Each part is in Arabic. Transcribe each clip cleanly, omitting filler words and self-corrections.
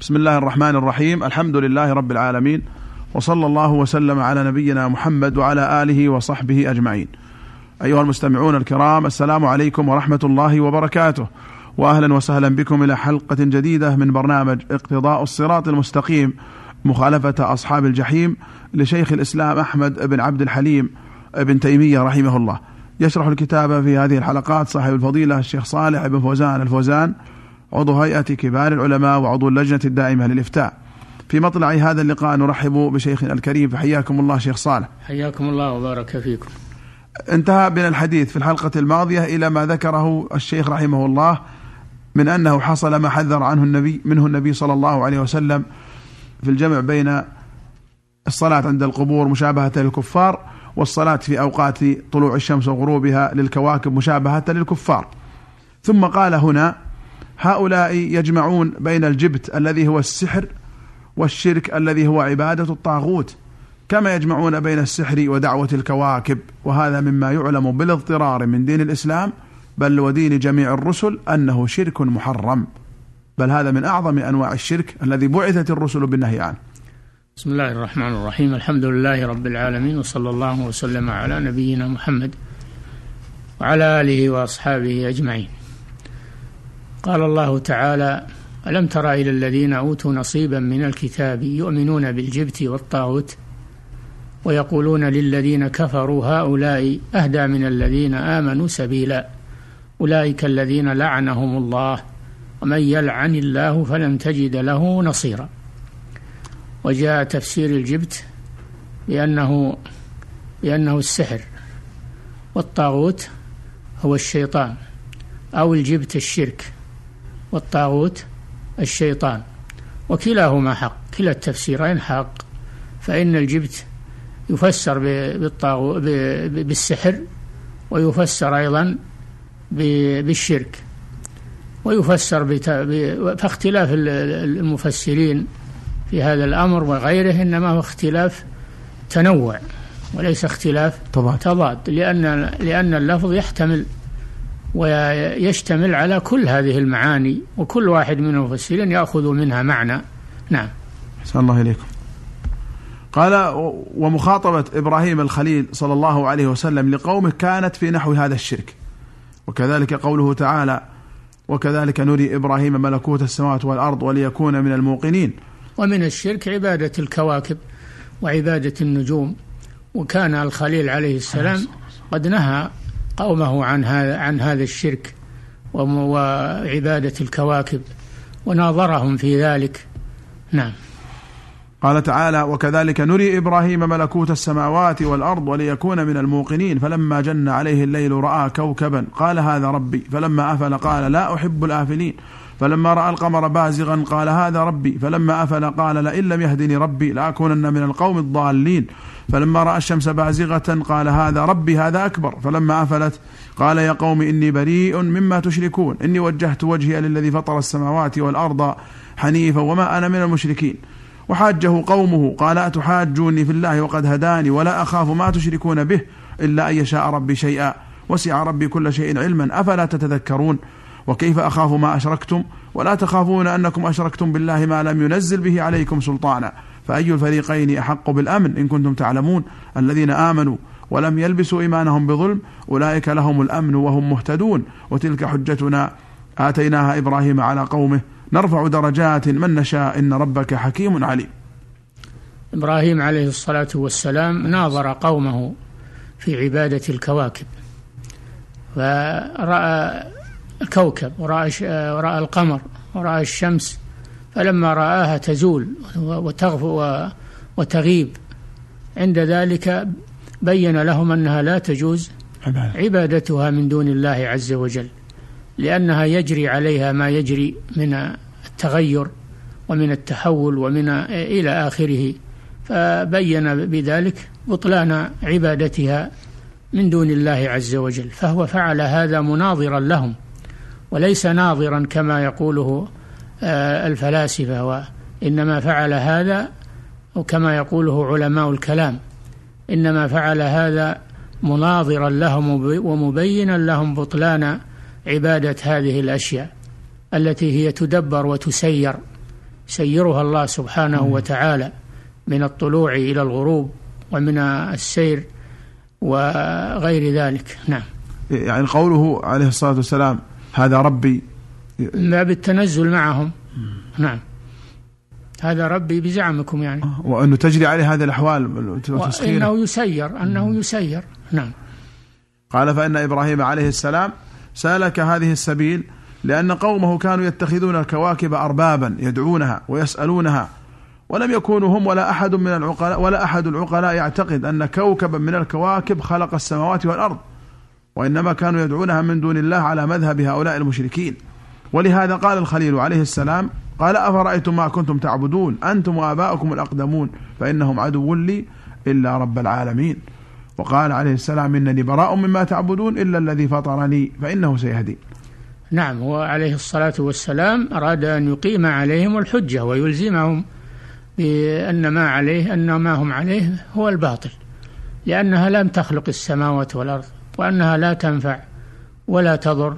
بسم الله الرحمن الرحيم. الحمد لله رب العالمين، وصلى الله وسلم على نبينا محمد وعلى آله وصحبه أجمعين. أيها المستمعون الكرام، السلام عليكم ورحمة الله وبركاته، وأهلا وسهلا بكم إلى حلقة جديدة من برنامج اقتضاء الصراط المستقيم مخالفة أصحاب الجحيم لشيخ الإسلام أحمد بن عبد الحليم بن تيمية رحمه الله. يشرح الكتاب في هذه الحلقات صاحب الفضيلة الشيخ صالح بن فوزان الفوزان، عضو هيئة كبار العلماء وعضو اللجنة الدائمة للإفتاء. في مطلع هذا اللقاء نرحب بشيخنا الكريم، فحياكم الله شيخ صالح. حياكم الله وبارك فيكم. انتهى بنا الحديث في الحلقة الماضية إلى ما ذكره الشيخ رحمه الله من أنه حصل ما حذر عنه النبي صلى الله عليه وسلم في الجمع بين الصلاة عند القبور مشابهة للكفار، والصلاة في أوقات طلوع الشمس وغروبها للكواكب مشابهة للكفار. ثم قال هنا: هؤلاء يجمعون بين الجبت الذي هو السحر والشرك الذي هو عبادة الطاغوت، كما يجمعون بين السحر ودعوة الكواكب، وهذا مما يعلم بالاضطرار من دين الإسلام بل ودين جميع الرسل أنه شرك محرم، بل هذا من أعظم أنواع الشرك الذي بعثت الرسل بالنهي عنه. بسم الله الرحمن الرحيم. الحمد لله رب العالمين، وصلى الله وسلم على نبينا محمد وعلى آله وأصحابه أجمعين. قال الله تعالى: ألم تر إلى الذين أوتوا نصيبا من الكتاب يؤمنون بالجبت والطاغوت ويقولون للذين كفروا هؤلاء أهدى من الذين آمنوا سبيلا أولئك الذين لعنهم الله ومن يلعن الله فلن تجد له نصيرا. وجاء تفسير الجبت بأنه السحر، والطاغوت هو الشيطان، أو الجبت الشرك، والطاغوت الشيطان، وكلاهما حق، كلا التفسيرين حق. فإن الجبت يفسر بالسحر، ويفسر أيضا بالشرك، ويفسر فاختلاف المفسرين في هذا الأمر وغيره إنما هو اختلاف تنوع وليس اختلاف تضاد، لأن اللفظ يحتمل ويشتمل على كل هذه المعاني، وكل واحد من المفسرين يأخذ منها معنى. نعم. أحسن الله إليكم. قال: ومخاطبة إبراهيم الخليل صلى الله عليه وسلم لقومه كانت في نحو هذا الشرك، وكذلك قوله تعالى: وكذلك نري إبراهيم ملكوت السماوات والأرض وليكون من الموقنين. ومن الشرك عبادة الكواكب وعبادة النجوم، وكان الخليل عليه السلام قد نهى قومه عن هذا الشرك وعبادة الكواكب، وناظرهم في ذلك. نعم. قال تعالى: وكذلك نري إبراهيم ملكوت السماوات والأرض وليكون من الموقنين فلما جن عليه الليل رأى كوكبا قال هذا ربي فلما أفل قال لا أحب الآفلين فلما رأى القمر بازغا قال هذا ربي فلما أفل قال لئن لم يهدني ربي لأكونن من القوم الضالين فلما رأى الشمس بازغة قال هذا ربي هذا أكبر فلما أفلت قال يا قوم إني بريء مما تشركون إني وجهت وجهي للذي فطر السماوات والأرض حنيفا وما أنا من المشركين. وحاجه قومه قال أتحاجوني في الله وقد هداني ولا أخاف ما تشركون به إلا أن يشاء ربي شيئا وسع ربي كل شيء علما أفلا تتذكرون. وكيف أخاف ما أشركتم ولا تخافون أنكم أشركتم بالله ما لم ينزل به عليكم سلطانا فأي الفريقين أحق بالأمن إن كنتم تعلمون الذين آمنوا ولم يلبسوا إيمانهم بظلم أولئك لهم الأمن وهم مهتدون وتلك حجتنا آتيناها إبراهيم على قومه نرفع درجات من نشاء إن ربك حكيم عليم. إبراهيم عليه الصلاة والسلام ناظر قومه في عبادة الكواكب، فرأى الكوكب ورأى القمر ورأى الشمس، فلما رآها تزول وتغيب عند ذلك بين لهم أنها لا تجوز عبادتها من دون الله عز وجل، لأنها يجري عليها ما يجري من التغير ومن التحول ومن إلى آخره، فبين بذلك بطلان عبادتها من دون الله عز وجل. فهو فعل هذا مناظرا لهم، وليس ناظرا كما يقوله الفلاسفة، وإنما فعل هذا وكما يقوله علماء الكلام، إنما فعل هذا مناظرا لهم ومبينا لهم بطلان عبادة هذه الأشياء التي هي تدبر وتسير يسيرها الله سبحانه وتعالى من الطلوع إلى الغروب ومن السير وغير ذلك. نعم. يعني قوله عليه الصلاة والسلام هذا ربي ما بالتنزل معهم. نعم، هذا ربي بزعمكم يعني، وأنه تجري عليه هذه الأحوال أنه يسير. نعم. قال فإن إبراهيم عليه السلام سلك هذه السبيل لأن قومه كانوا يتخذون الكواكب أربابا يدعونها ويسألونها، ولم يكونوا هم ولا أحد العقلاء يعتقد أن كوكبا من الكواكب خلق السماوات والأرض، وإنما كانوا يدعونها من دون الله على مذهب هؤلاء المشركين. ولهذا قال الخليل عليه السلام قال أفرأيتم ما كنتم تعبدون أنتم وآباؤكم الأقدمون فإنهم عدو لي إلا رب العالمين. وقال عليه السلام إنني براء مما تعبدون إلا الذي فطرني فإنه سيهدين. نعم، وعليه الصلاة والسلام أراد أن يقيم عليهم الحجة ويلزمهم بأن ما هم عليه هو الباطل، لأنها لم تخلق السماوات والأرض وأنها لا تنفع ولا تضر،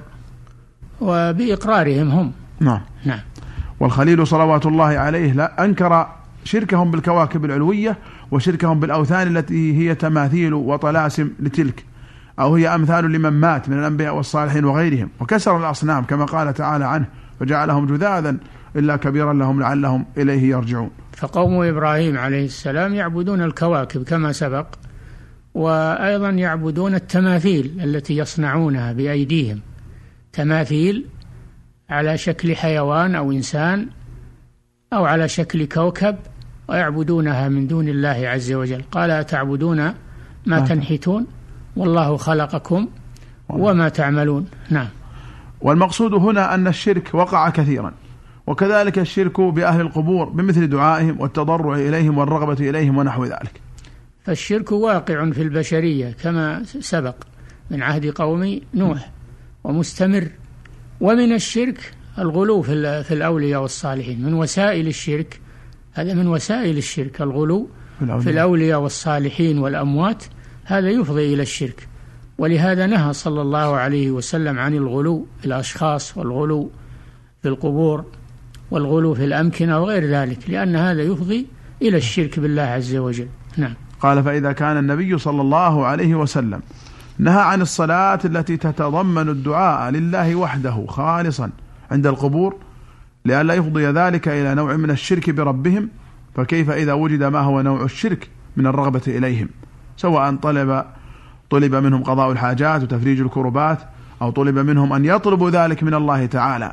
وبإقرارهم هم. نعم. والخليل صلوات الله عليه لا أنكر شركهم بالكواكب العلوية وشركهم بالأوثان التي هي تماثيل وطلاسم لتلك، أو هي أمثال لمن مات من الأنبياء والصالحين وغيرهم، وكسر الأصنام كما قال تعالى عنه فجعلهم جذاذا إلا كبيرا لهم لعلهم إليه يرجعون. فقوم إبراهيم عليه السلام يعبدون الكواكب كما سبق، وأيضا يعبدون التماثيل التي يصنعونها بأيديهم، تماثيل على شكل حيوان أو إنسان أو على شكل كوكب، ويعبدونها من دون الله عز وجل. قال أتعبدون ما تنحتون والله خلقكم وما تعملون. نعم. والمقصود هنا أن الشرك وقع كثيرا، وكذلك الشرك بأهل القبور بمثل دعائهم والتضرع إليهم والرغبة إليهم ونحو ذلك. فالشرك واقع في البشرية كما سبق من عهد قوم نوح ومستمر. ومن الشرك الغلو في الأولياء والصالحين، من وسائل الشرك، هذا من وسائل الشرك الغلو في الأولياء والصالحين والأموات، هذا يفضي إلى الشرك. ولهذا نهى صلى الله عليه وسلم عن الغلو في الأشخاص والغلو في القبور والغلو في الأمكنة وغير ذلك، لأن هذا يفضي إلى الشرك بالله عز وجل. نعم. قال فإذا كان النبي صلى الله عليه وسلم نهى عن الصلاة التي تتضمن الدعاء لله وحده خالصا عند القبور لئلا يفضي ذلك إلى نوع من الشرك بربهم، فكيف إذا وجد ما هو نوع الشرك من الرغبة إليهم، سواء طلب منهم قضاء الحاجات وتفريج الكربات، أو طلب منهم أن يطلبوا ذلك من الله تعالى.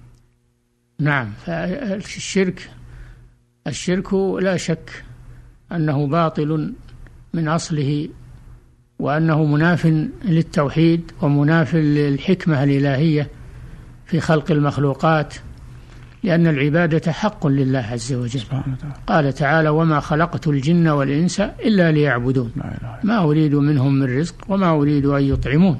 نعم. فالشرك لا شك أنه باطل من أصله، وأنه مناف للتوحيد ومناف للحكمة الإلهية في خلق المخلوقات، لأن العبادة حق لله عز وجل. قال تعالى وما خلقت الجن والإنس إلا ليعبدون ما أريد منهم من رزق وما أريد أن يطعمون.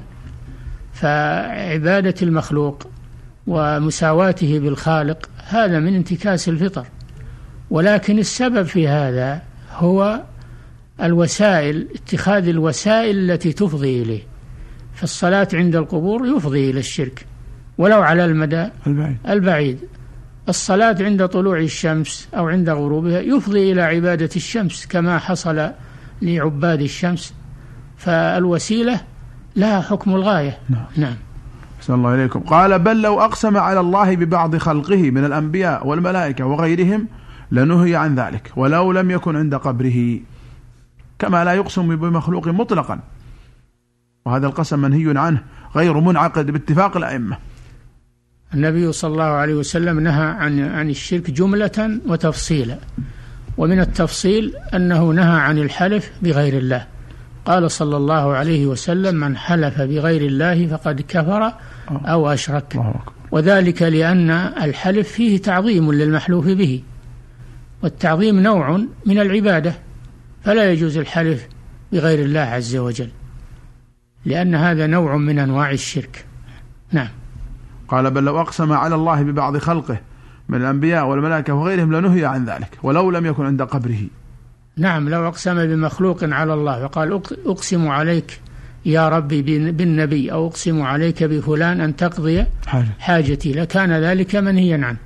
فعبادة المخلوق ومساواته بالخالق هذا من انتكاس الفطر، ولكن السبب في هذا هو الوسائل، اتخاذ الوسائل التي تفضي إليه. فالصلاة عند القبور يفضي إلى الشرك ولو على المدى البعيد. الصلاة عند طلوع الشمس أو عند غروبها يفضي إلى عبادة الشمس كما حصل لعباد الشمس، فالوسيلة لها حكم الغاية. نعم. أحسن الله إليكم. قال بل لو أقسم على الله ببعض خلقه من الأنبياء والملائكة وغيرهم لنهي عن ذلك ولو لم يكن عند قبره، كما لا يقسم بمخلوق مطلقا، وهذا القسم منهي عنه غير منعقد باتفاق الأئمة. النبي صلى الله عليه وسلم نهى عن الشرك جملة وتفصيلا، ومن التفصيل أنه نهى عن الحلف بغير الله. قال صلى الله عليه وسلم من حلف بغير الله فقد كفر أو أشرك، وذلك لأن الحلف فيه تعظيم للمحلوف به، والتعظيم نوع من العبادة، فلا يجوز الحلف بغير الله عز وجل، لأن هذا نوع من أنواع الشرك. نعم. قال بل لو أقسم على الله ببعض خلقه من الأنبياء والملائكة وغيرهم لنهي عن ذلك ولو لم يكن عند قبره. نعم. لو أقسم بمخلوق على الله وقال أقسم عليك يا ربي بالنبي أو أقسم عليك بفلان أن تقضي حاجتي، لكان ذلك منهيا عنه.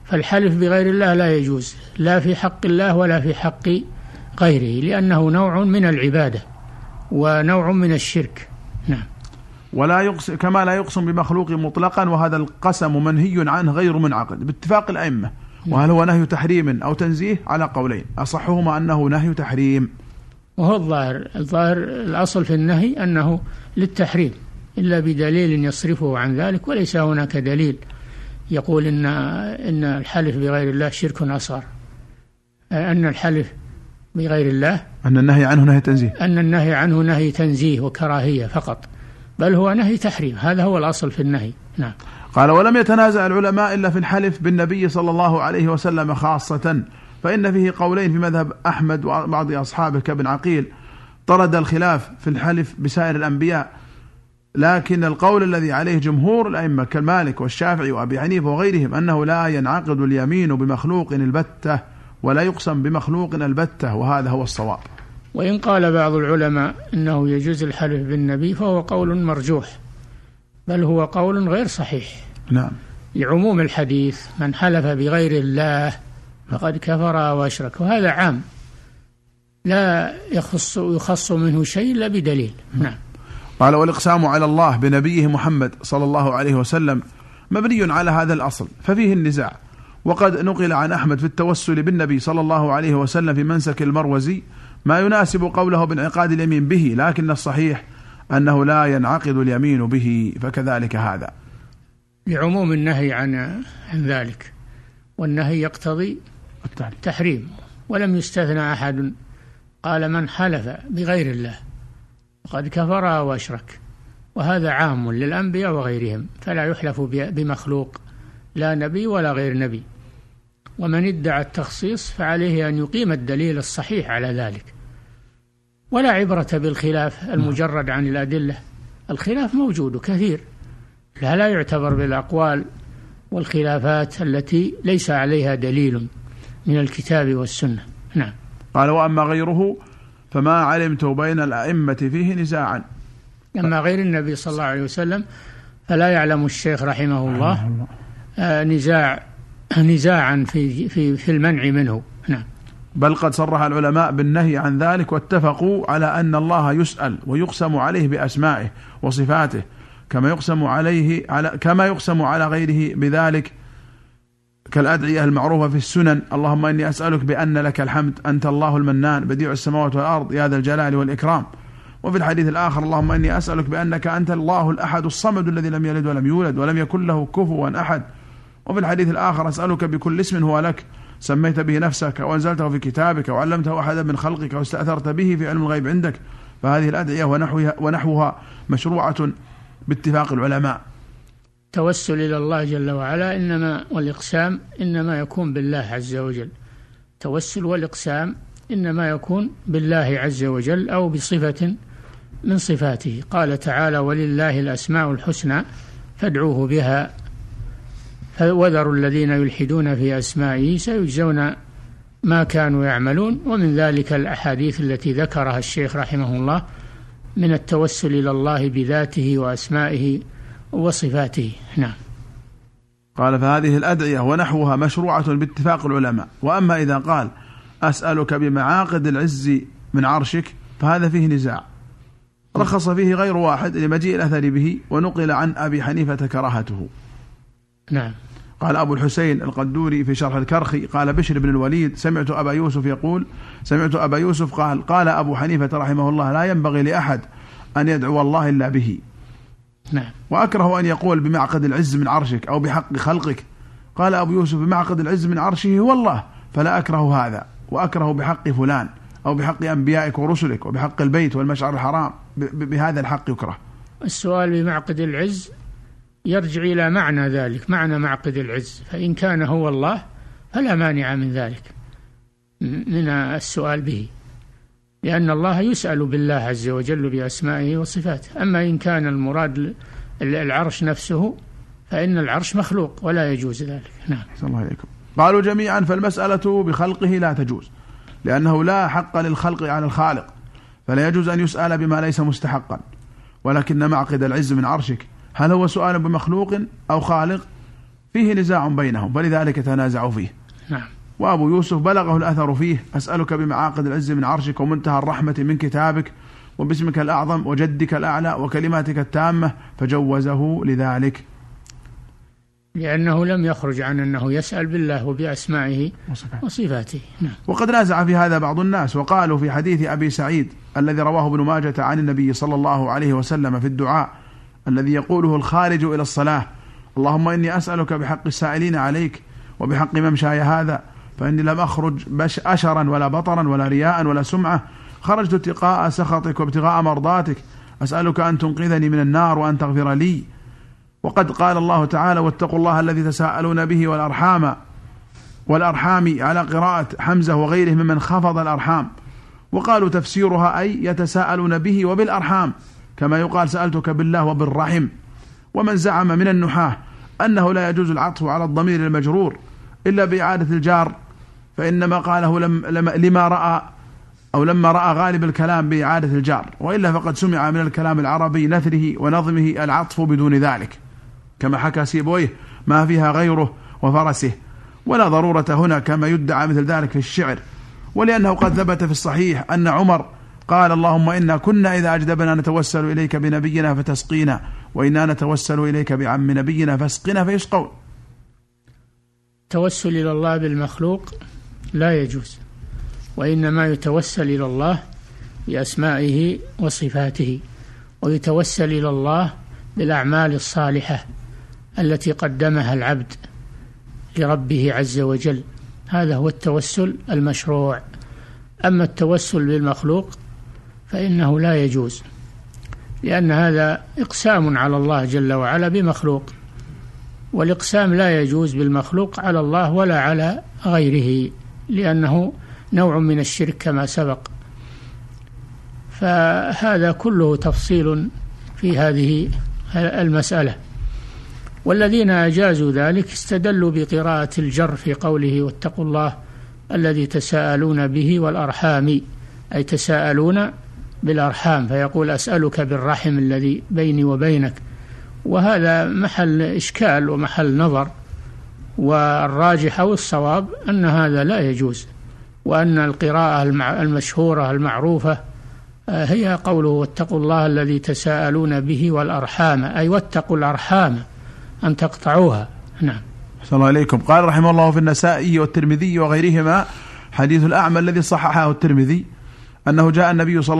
فالحلف بغير الله لا يجوز لا في حق الله ولا في حق غيره، لأنه نوع من العبادة ونوع من الشرك. نعم. ولا يقسم كما لا يقسم بمخلوق مطلقا، وهذا القسم منهي عنه غير منعقد باتفاق الأئمة. وهل هو نهي تحريم أو تنزيه؟ على قولين، أصحهما أنه نهي تحريم. وهو الظاهر الأصل في النهي أنه للتحريم إلا بدليل يصرفه عن ذلك، وليس هناك دليل يقول إن الحلف بغير الله شرك أصغر، أن الحلف بغير الله أن النهي عنه نهي تنزيه، أن النهي عنه نهي تنزيه وكراهية فقط، بل هو نهي تحريم. هذا هو الأصل في النهي. نعم. قال: ولم يتنازع العلماء إلا في الحلف بالنبي صلى الله عليه وسلم خاصة، فإن فيه قولين في مذهب أحمد وبعض أصحابه كابن عقيل، طرد الخلاف في الحلف بسائر الأنبياء، لكن القول الذي عليه جمهور الأئمة كالمالك والشافعي وأبي حنيفة وغيرهم أنه لا ينعقد اليمين بمخلوق البتة ولا يقسم بمخلوق البتة، وهذا هو الصواب. وإن قال بعض العلماء إنه يجوز الحلف بالنبي فهو قول مرجوح، بل هو قول غير صحيح. نعم. لعموم الحديث: من حلف بغير الله فقد كفر وأشرك، وهذا عام لا يخص منه شيء إلا بدليل. نعم. قال: والإقسام على الله بنبيه محمد صلى الله عليه وسلم مبني على هذا الأصل، ففيه النزاع. وقد نقل عن أحمد في التوسل بالنبي صلى الله عليه وسلم في منسك المروزي ما يناسب قوله بانعقاد اليمين به، لكن الصحيح أنه لا ينعقد اليمين به، فكذلك هذا. لعموم النهي عن ذلك، والنهي يقتضي التحريم، ولم يستثنى أحد. قال: من حلف بغير الله فقد كفر وأشرك، وهذا عام للأنبياء وغيرهم، فلا يحلف بمخلوق لا نبي ولا غير نبي. ومن ادعى التخصيص فعليه أن يقيم الدليل الصحيح على ذلك، ولا عبرة بالخلاف المجرد عن الأدلة. الخلاف موجود كثير، لا يعتبر بالأقوال والخلافات التي ليس عليها دليل من الكتاب والسنة. نعم. قال: وأما غيره فما علمت بين الأئمة فيه نزاعا. أما غير النبي صلى الله عليه وسلم فلا يعلم الشيخ رحمه الله نزاعا في المنع منه. نعم. بل قد صرح العلماء بالنهي عن ذلك، واتفقوا على أن الله يسأل ويقسم عليه بأسمائه وصفاته، كما يقسم على غيره بذلك، كالأدعية المعروفة في السنن: اللهم إني أسألك بأن لك الحمد أنت الله المنان بديع السماوات والأرض يا ذا الجلال والإكرام. وفي الحديث الآخر: اللهم إني أسألك بأنك أنت الله الأحد الصمد الذي لم يلد ولم يولد ولم يكن له كفوا أحد. وفي الحديث الآخر: أسألك بكل اسم هو لك سميت به نفسك وأنزلته في كتابك وعلمته أحدا من خلقك واستأثرت به في علم الغيب عندك. فهذه الأدعية ونحوها مشروعة باتفاق العلماء. التوسل إلى الله جل وعلا والإقسام إنما يكون بالله عز وجل. التوسل والإقسام إنما يكون بالله عز وجل أو بصفة من صفاته. قال تعالى: ولله الأسماء الحسنى فادعوه بها وذروا الذين يلحدون في أسمائه سيجزون ما كانوا يعملون. ومن ذلك الأحاديث التي ذكرها الشيخ رحمه الله من التوسل إلى الله بذاته وأسمائه وصفاته. نعم. قال: فهذه الأدعية ونحوها مشروعة باتفاق العلماء. وأما إذا قال: أسألك بمعاقد العز من عرشك، فهذا فيه نزاع، رخص فيه غير واحد لمجيء الأثر به، ونقل عن أبي حنيفة كراهته. نعم. قال أبو الحسين القدوري في شرح الكرخي: قال بشر بن الوليد: سمعت أبا يوسف قال أبو حنيفة رحمه الله: لا ينبغي لأحد أن يدعو الله إلا به. نعم. وأكره أن يقول بمعقد العز من عرشك أو بحق خلقك. قال أبو يوسف: بمعقد العز من عرشه هو الله، فلا أكره هذا، وأكره بحق فلان أو بحق أنبيائك ورسلك وبحق البيت والمشعر الحرام، بهذا الحق يكره. السؤال بمعقد العز يرجع إلى معنى ذلك، معنى معقد العز، فإن كان هو الله فلا مانع من ذلك، من السؤال به، لأن الله يسأل بالله عز وجل بأسمائه وصفاته. أما إن كان المراد العرش نفسه فإن العرش مخلوق ولا يجوز ذلك. نعم. صلى الله عليكم. قالوا جميعا: فالمسألة بخلقه لا تجوز، لأنه لا حق للخلق على الخالق، فلا يجوز أن يسأل بما ليس مستحقا. ولكن معقد العز من عرشك هل هو سؤال بمخلوق أو خالق؟ فيه نزاع بينهم فلذلك تنازعوا فيه. نعم. وأبو يوسف بلغه الأثر فيه: أسألك بمعاقد العز من عرشك ومنتهى الرحمة من كتابك وباسمك الأعظم وجدك الأعلى وكلماتك التامة، فجوزه لذلك، لأنه لم يخرج عن أنه يسأل بالله وبأسمائه وصفاته. نعم. وقد نازع في هذا بعض الناس، وقالوا في حديث أبي سعيد الذي رواه ابن ماجة عن النبي صلى الله عليه وسلم في الدعاء الذي يقوله الخارج إلى الصلاة: اللهم إني أسألك بحق السائلين عليك وبحق ممشاي هذا، فإني لم أخرج أشرا ولا بطرا ولا رياء ولا سمعة، خرجت اتقاء سخطك وابتغاء مرضاتك، أسألك أن تنقذني من النار وأن تغفر لي. وقد قال الله تعالى: واتقوا الله الذي تساءلون به والأرحام على قراءة حمزة وغيره ممن خفض الأرحام. وقالوا تفسيرها أي يتساءلون به وبالأرحام، كما يقال سألتك بالله وبالرحم. ومن زعم من النحاة أنه لا يجوز العطف على الضمير المجرور إلا بإعادة الجار، فإنما قاله لما رأى غالب الكلام بإعادة الجار، وإلا فقد سمع من الكلام العربي نثره ونظمه العطف بدون ذلك، كما حكى سيبويه: ما فيها غيره وفرسه، ولا ضرورة هنا كما يدعى مثل ذلك في الشعر. ولأنه قد ثبت في الصحيح أن عمر قال: اللهم إنا كنا إذا أجدبنا نتوسل إليك بنبينا فتسقينا، وإنا نتوسل إليك بعم نبينا فاسقنا فيسقون. التوسل إلى الله بالمخلوق لا يجوز، وإنما يتوسل إلى الله بأسمائه وصفاته، ويتوسل إلى الله بالأعمال الصالحة التي قدمها العبد لربه عز وجل، هذا هو التوسل المشروع. أما التوسل بالمخلوق فإنه لا يجوز، لأن هذا إقسام على الله جل وعلا بمخلوق، والإقسام لا يجوز بالمخلوق على الله ولا على غيره، لأنه نوع من الشرك كما سبق. فهذا كله تفصيل في هذه المسألة. والذين أجازوا ذلك استدلوا بقراءة الجر في قوله: واتقوا الله الذي تساءلون به والأرحام، أي تساءلون بالأرحام، فيقول: أسألك بالرحم الذي بيني وبينك. وهذا محل إشكال ومحل نظر، والراجح والصواب أن هذا لا يجوز، وأن القراءة المشهورة المعروفة هي قوله: واتقوا الله الذي تساءلون به والأرحام، أي واتقوا الأرحام أن تقطعوها. نعم. صلى الله عليكم. قال رحمه الله في النسائي والترمذي وغيرهما حديث الأعمى الذي صححه الترمذي أنه جاء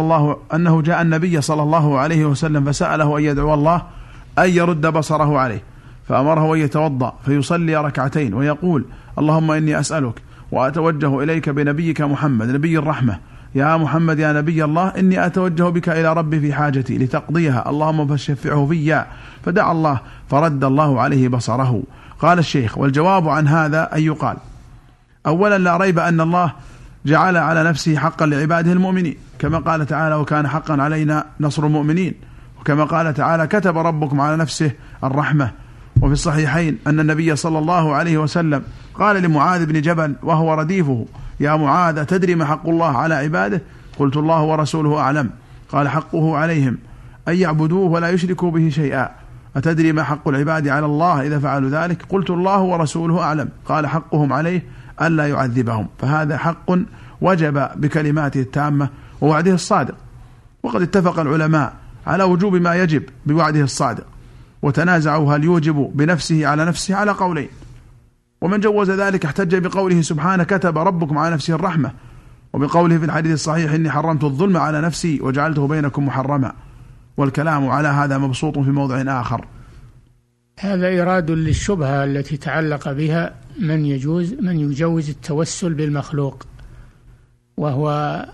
النبي صلى الله عليه وسلم فسأله أن يدعو الله أن يرد بصره عليه، فأمره أن يتوضأ فيصلي ركعتين ويقول: اللهم إني أسألك وأتوجه إليك بنبيك محمد نبي الرحمة، يا محمد يا نبي الله إني أتوجه بك إلى ربي في حاجتي لتقضيها، اللهم فشفعه في. فدعا الله فرد الله عليه بصره. قال الشيخ: والجواب عن هذا أن يقال: أولا لا ريب أن الله جعل على نفسه حقا لعباده المؤمنين، كما قال تعالى: وكان حقا علينا نصر المؤمنين، وكما قال تعالى: كتب ربكم على نفسه الرحمة. وفي الصحيحين أن النبي صلى الله عليه وسلم قال لمعاذ بن جبل وهو رديفه: يا معاذ تدري ما حق الله على عباده؟ قلت: الله ورسوله أعلم. قال: حقه عليهم أن يعبدوه ولا يشركوا به شيئا. أتدري ما حق العباد على الله إذا فعلوا ذلك؟ قلت: الله ورسوله أعلم. قال: حقهم عليه ألا يعذبهم. فهذا حق وجب بكلماته التامة ووعده الصادق. وقد اتفق العلماء على وجوب ما يجب بوعده الصادق، وتنازعوا هل يوجب بنفسه على نفسه على قولين. ومن جوز ذلك احتج بقوله سبحانه: كتب ربكم على نفسه الرحمة، وبقوله في الحديث الصحيح: إني حرمت الظلم على نفسي وجعلته بينكم محرما. والكلام على هذا مبسوط في موضع آخر. هذا إيراد للشبهة التي تعلق بها من يجوز التوسل بالمخلوق، وهو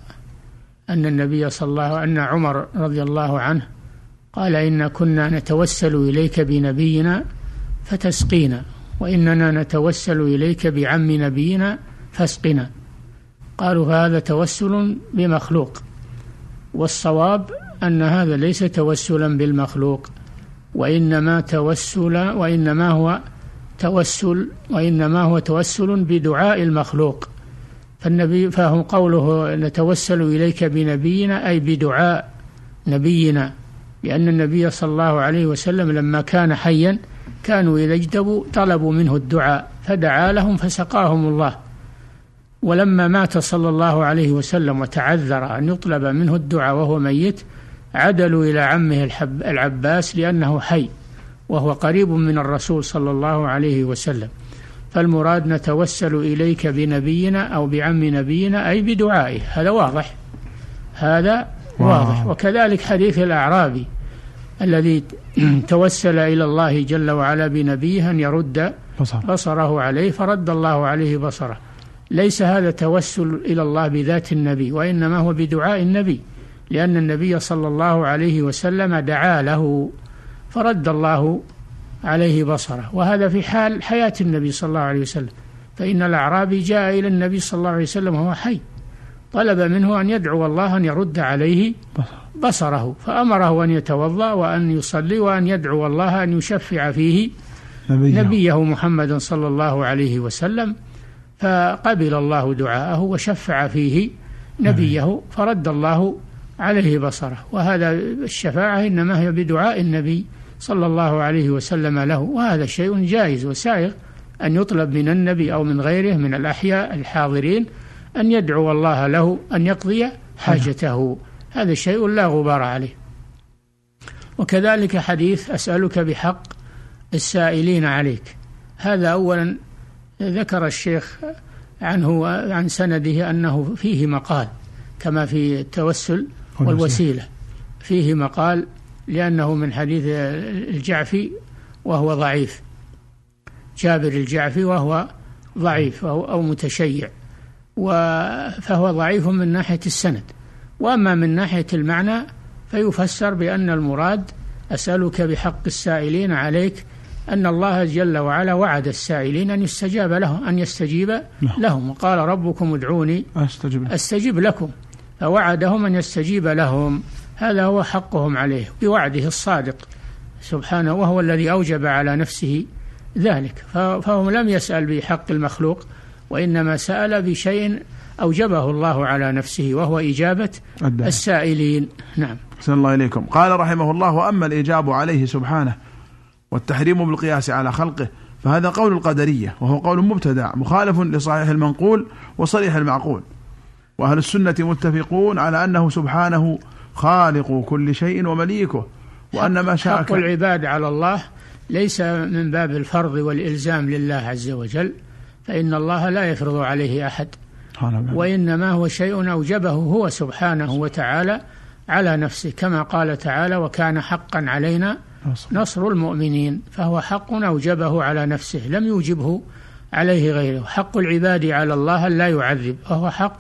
أن عمر رضي الله عنه قال: إن كنا نتوسل إليك بنبينا فتسقينا، وإننا نتوسل إليك بعم نبينا فاسقنا. قالوا: فهذا توسل بمخلوق. والصواب أن هذا ليس توسلا بالمخلوق، وإنما هو توسل بدعاء المخلوق. فهو قوله: نتوسل إليك بنبينا أي بدعاء نبينا، لأن النبي صلى الله عليه وسلم لما كان حيا كانوا إذا اجتبوا طلبوا منه الدعاء فدعا لهم فسقاهم الله. ولما مات صلى الله عليه وسلم وتعذر أن يطلب منه الدعاء وهو ميت عدلوا إلى عمه العباس لأنه حي وهو قريب من الرسول صلى الله عليه وسلم. فالمراد نتوسل إليك بنبينا أو بعم نبينا أي بدعائه. هذا واضح، هذا واضح. وكذلك حديث الأعرابي الذي توسل إلى الله جل وعلا بنبيه أن يرد بصره عليه فرد الله عليه بصره. ليس هذا توسل إلى الله بذات النبي، وإنما هو بدعاء النبي، لأن النبي صلى الله عليه وسلم دعا له فرد الله عليه بصره، وهذا في حال حياة النبي صلى الله عليه وسلم. فإن الأعرابي جاء إلى النبي صلى الله عليه وسلم وهو حي، طلب منه أن يدعو الله أن يرد عليه بصره، فأمره أن يتوضأ وأن يصلي وأن يدعو الله أن يشفع فيه نبيه محمد صلى الله عليه وسلم. فقبل الله دعاءه وشفع فيه نبيه فرد الله عليه بصره. وهذا الشفاعة إنما هي بدعاء النبي صلى الله عليه وسلم له، وهذا شيء جائز وسائغ أن يطلب من النبي أو من غيره من الأحياء الحاضرين أن يدعو الله له أن يقضي حاجته. هذا شيء لا غبار عليه. وكذلك حديث أسألك بحق السائلين عليك، هذا أولا ذكر الشيخ عنه عن سنده أنه فيه مقال كما في التوسل والوسيلة، فيه مقال لأنه من حديث الجعفي وهو ضعيف، جابر الجعفي وهو ضعيف أو متشيع، فهو ضعيف من ناحية السند. وأما من ناحية المعنى فيفسر بأن المراد أسألك بحق السائلين عليك أن الله جل وعلا وعد السائلين أن يستجاب لهم، أن يستجيب لهم، وقال ربكم ادعوني أستجب لكم، فوعدهم أن يستجيب لهم. هذا هو حقهم عليه بوعده الصادق سبحانه، وهو الذي أوجب على نفسه ذلك. فهو لم يسأل بحق المخلوق، وإنما سأل بشيء أوجبه الله على نفسه وهو إجابة السائلين. نعم. أحسن الله إليكم. قال رحمه الله: وأما الإجاب عليه سبحانه والتحريم بالقياس على خلقه فهذا قول القدرية، وهو قول مبتدع مخالف لصحيح المنقول وصريح المعقول. وأهل السنة متفقون على أنه سبحانه خالق كل شيء ومليكه، وأن ما شاء حق العباد على الله ليس من باب الفرض والإلزام لله عز وجل، فإن الله لا يفرض عليه أحد، وإنما هو شيء أوجبه هو سبحانه وتعالى على نفسه، كما قال تعالى: وكان حقا علينا نصر المؤمنين. فهو حق أوجبه على نفسه لم يوجبه عليه غيره. حق العباد على الله لا يعذب، وهو حق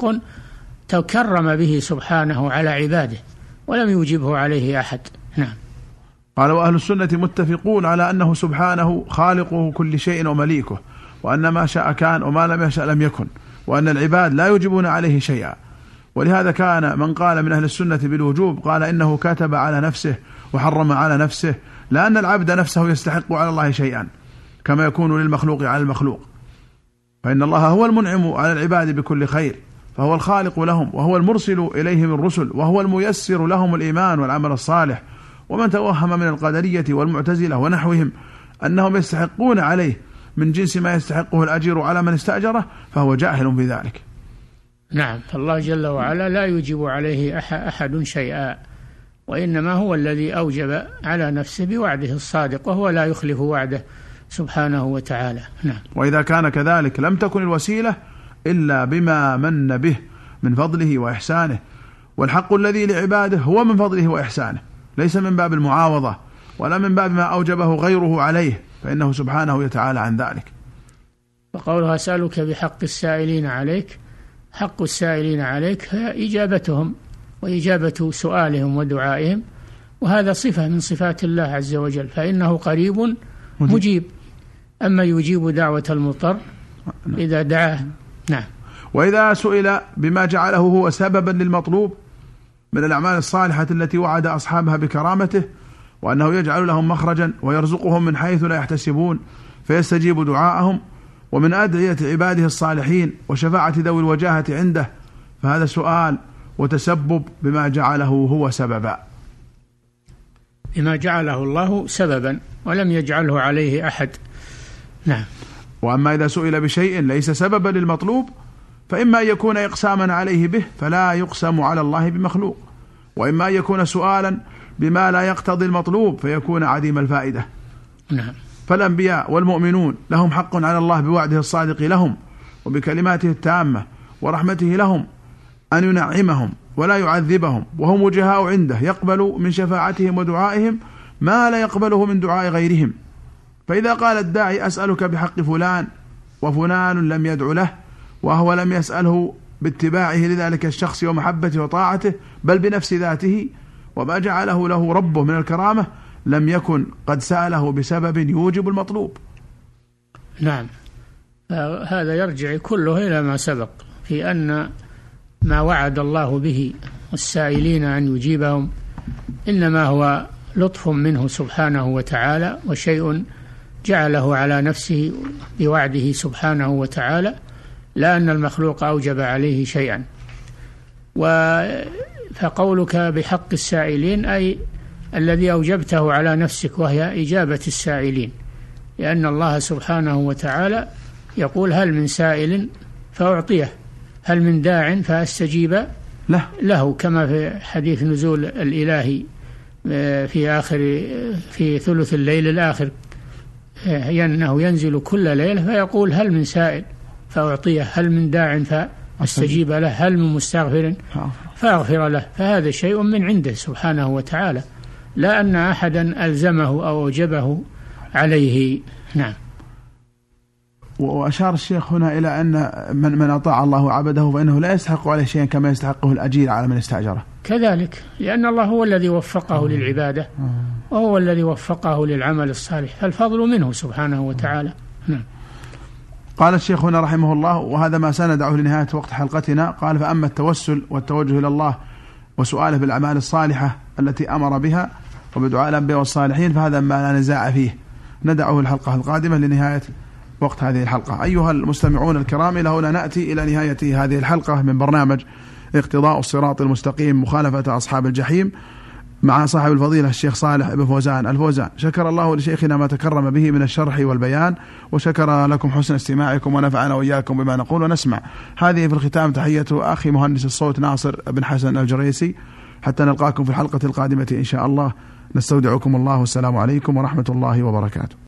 تكرم به سبحانه على عباده ولم يوجبه عليه أحد. نعم. قال: وأهل السنة متفقون على أنه سبحانه خالقه كل شيء ومليكه، وأن ما شاء كان وما لم يشأ لم يكن، وأن العباد لا يوجبون عليه شيئا. ولهذا كان من قال من أهل السنة بالوجوب قال إنه كتب على نفسه وحرم على نفسه، لأن العبد نفسه يستحق على الله شيئا كما يكون للمخلوق على المخلوق، فإن الله هو المنعم على العباد بكل خير، فهو الخالق لهم وهو المرسل إليهم الرسل، وهو الميسر لهم الإيمان والعمل الصالح. ومن توهم من القدرية والمعتزلة ونحوهم أنهم يستحقون عليه من جنس ما يستحقه الأجير على من استأجره فهو جاهل بذلك. نعم. فالله جل وعلا لا يجب عليه أحد شيئا، وإنما هو الذي أوجب على نفسه بوعده الصادق، وهو لا يخلف وعده سبحانه وتعالى. نعم. وإذا كان كذلك لم تكن الوسيلة إلا بما من به من فضله وإحسانه، والحق الذي لعباده هو من فضله وإحسانه، ليس من باب المعاوضة ولا من باب ما أوجبه غيره عليه، فإنه سبحانه يتعالى عن ذلك. وقوله أسألك بحق السائلين عليك، حق السائلين عليك هي إجابتهم وإجابة سؤالهم ودعائهم، وهذا صفة من صفات الله عز وجل، فإنه قريب مجيب. أما يجيب دعوة المضطر إذا دعاه. نعم. وإذا سئل بما جعله هو سببا للمطلوب من الأعمال الصالحة التي وعد أصحابها بكرامته، وأنه يجعل لهم مخرجا ويرزقهم من حيث لا يحتسبون فيستجيب دعاءهم، ومن أدعية عباده الصالحين وشفاعة ذوي الوجاهة عنده، فهذا سؤال وتسبب بما جعله هو سببا. بما جعله الله سببا ولم يجعله عليه أحد. نعم. وأما إذا سئل بشيء ليس سببا للمطلوب فإما أن يكون إقساما عليه به فلا يقسم على الله بمخلوق، وإما أن يكون سؤالا بما لا يقتضي المطلوب فيكون عديم الفائدة. نعم. فالأنبياء والمؤمنون لهم حق على الله بوعده الصادق لهم وبكلماته التامة ورحمته لهم أن ينعمهم ولا يعذبهم، وهم وجهاء عنده يقبل من شفاعتهم ودعائهم ما لا يقبله من دعاء غيرهم. فإذا قال الداعي أسألك بحق فلان وفلان لم يدع له وهو لم يسأله باتباعه لذلك الشخص ومحبته وطاعته بل بنفس ذاته وما جعله له ربه من الكرامة، لم يكن قد سأله بسبب يوجب المطلوب. نعم. هذا يرجع كله إلى ما سبق في أن ما وعد الله به السائلين أن يجيبهم إنما هو لطف منه سبحانه وتعالى وشيء جعله على نفسه بوعده سبحانه وتعالى، لا أن المخلوق أوجب عليه شيئا. فقولك بحق السائلين أي الذي أوجبته على نفسك وهي إجابة السائلين، لأن الله سبحانه وتعالى يقول هل من سائل فأعطيه، هل من داع فأستجيب له، كما في حديث نزول الإلهي في ثلث الليل الآخر أنه ينزل كل ليلة فيقول هل من سائل فأعطيه، هل من داع فأستجيب له، هل من مستغفر فأغفر له. فهذا شيء من عنده سبحانه وتعالى، لا أن أحدا ألزمه أو أوجبه عليه. نعم. وأشار الشيخ هنا إلى أن من أطاع الله وعبده فإنه لا يستحق عليه شيئا كما يستحقه الأجير على من استأجره كذلك، لأن الله هو الذي وفقه للعبادة وهو الذي وفقه للعمل الصالح، فالفضل منه سبحانه وتعالى. نعم. قال الشيخ هنا رحمه الله، وهذا ما سندعه لنهاية وقت حلقتنا، قال فأما التوسل والتوجه إلى الله وسؤاله بالأعمال الصالحة التي أمر بها وبدعاء الأنبياء والصالحين فهذا ما لا نزاع فيه، ندعه الحلقة القادمة لنهاية وقت هذه الحلقة. أيها المستمعون الكرام، إلى هنا نأتي إلى نهاية هذه الحلقة من برنامج اقتضاء الصراط المستقيم مخالفة أصحاب الجحيم مع صاحب الفضيلة الشيخ صالح بن فوزان الفوزان. شكر الله لشيخنا ما تكرم به من الشرح والبيان، وشكر لكم حسن استماعكم ونفعنا وإياكم بما نقول ونسمع. هذه في الختام تحية أخي مهندس الصوت ناصر بن حسن الجريسي، حتى نلقاكم في الحلقة القادمة إن شاء الله. نستودعكم الله والسلام عليكم ورحمة الله وبركاته.